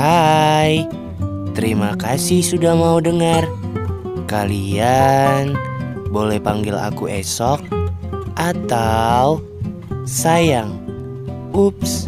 Hai, terima kasih sudah mau dengar. Kalian boleh panggil aku Esok atau Sayang. Ups.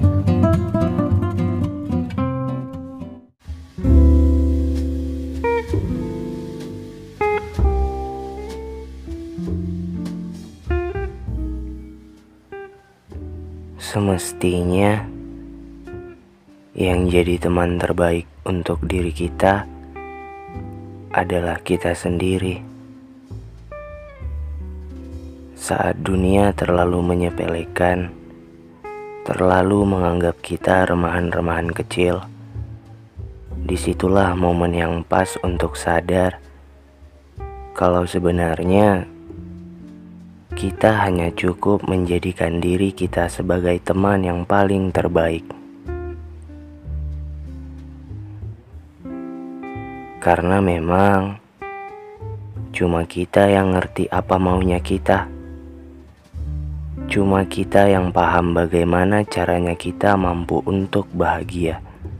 Semestinya yang jadi teman terbaik untuk diri kita adalah kita sendiri. Saat dunia terlalu menyepelekan, terlalu menganggap kita remahan-remahan kecil, disitulah momen yang pas untuk sadar kalau sebenarnya kita hanya cukup menjadikan diri kita sebagai teman yang paling terbaik. Karena memang cuma kita yang ngerti apa maunya kita. Cuma kita yang paham bagaimana caranya kita mampu untuk bahagia.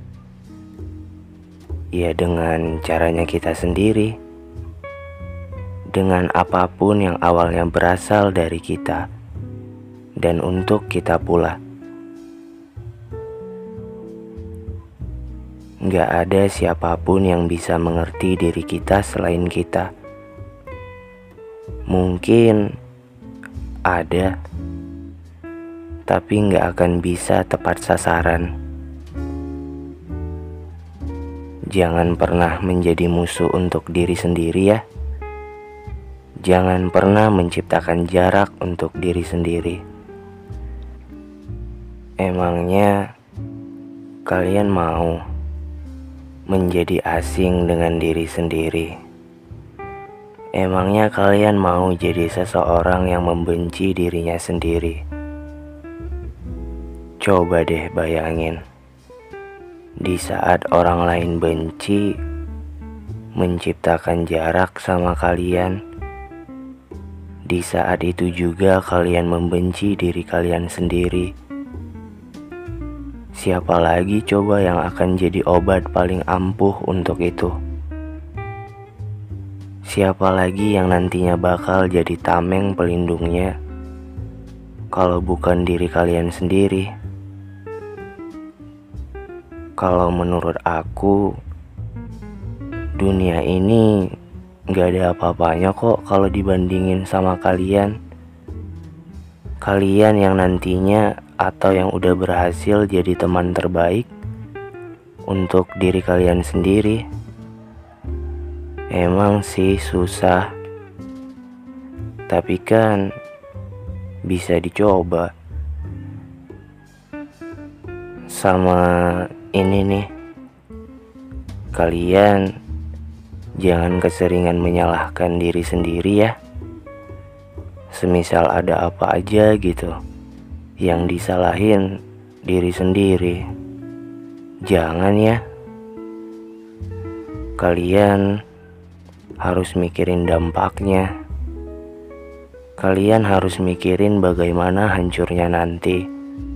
Ya dengan caranya kita sendiri. Dengan apapun yang awalnya berasal dari kita. Dan untuk kita pula. Gak ada siapapun yang bisa mengerti diri kita selain kita. Mungkin ada, tapi gak akan bisa tepat sasaran. Jangan pernah menjadi musuh untuk diri sendiri ya. Jangan pernah menciptakan jarak untuk diri sendiri. Emangnya kalian mau menjadi asing dengan diri sendiri? Emangnya kalian mau jadi seseorang yang membenci dirinya sendiri? Coba deh bayangin, di saat orang lain benci, menciptakan jarak sama kalian, di saat itu juga kalian membenci diri kalian sendiri. Siapa lagi coba yang akan jadi obat paling ampuh untuk itu? Siapa lagi yang nantinya bakal jadi tameng pelindungnya kalau bukan diri kalian sendiri? Kalau menurut aku, dunia ini gak ada apa-apanya kok kalau dibandingin sama kalian. Kalian yang nantinya atau yang udah berhasil jadi teman terbaik untuk diri kalian sendiri. Emang sih susah, tapi kan bisa dicoba. Sama ini nih, kalian jangan keseringan menyalahkan diri sendiri ya. Semisal ada apa aja gitu yang disalahin diri sendiri, jangan ya. Kalian harus mikirin dampaknya. Kalian harus mikirin bagaimana hancurnya nanti.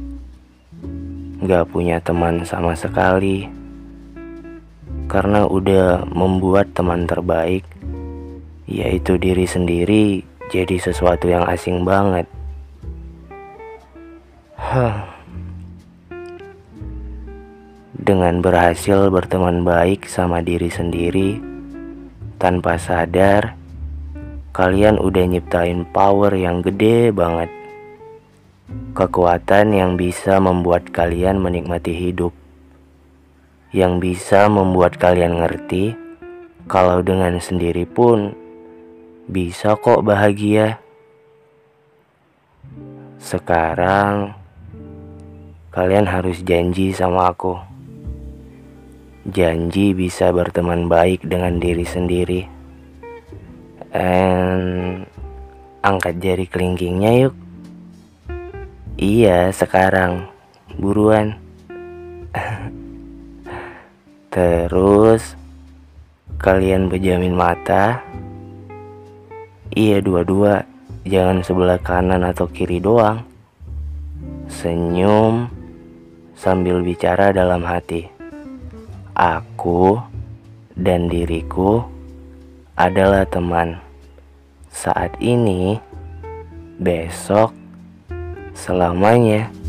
Gak punya teman sama sekali, karena udah membuat teman terbaik, yaitu diri sendiri, jadi sesuatu yang asing banget. Dengan berhasil berteman baik sama diri sendiri, tanpa sadar, kalian udah nyiptain power yang gede banget. Kekuatan yang bisa membuat kalian menikmati hidup. Yang bisa membuat kalian ngerti kalau dengan sendiri pun bisa kok bahagia. Sekarang kalian harus janji sama aku. Janji bisa berteman baik dengan diri sendiri. Angkat jari kelingkingnya yuk. Iya, sekarang. Buruan. Terus kalian pejamin mata. Iya, dua-dua. Jangan sebelah kanan atau kiri doang. Senyum sambil bicara dalam hati. Aku dan diriku adalah teman. Saat ini, besok, selamanya.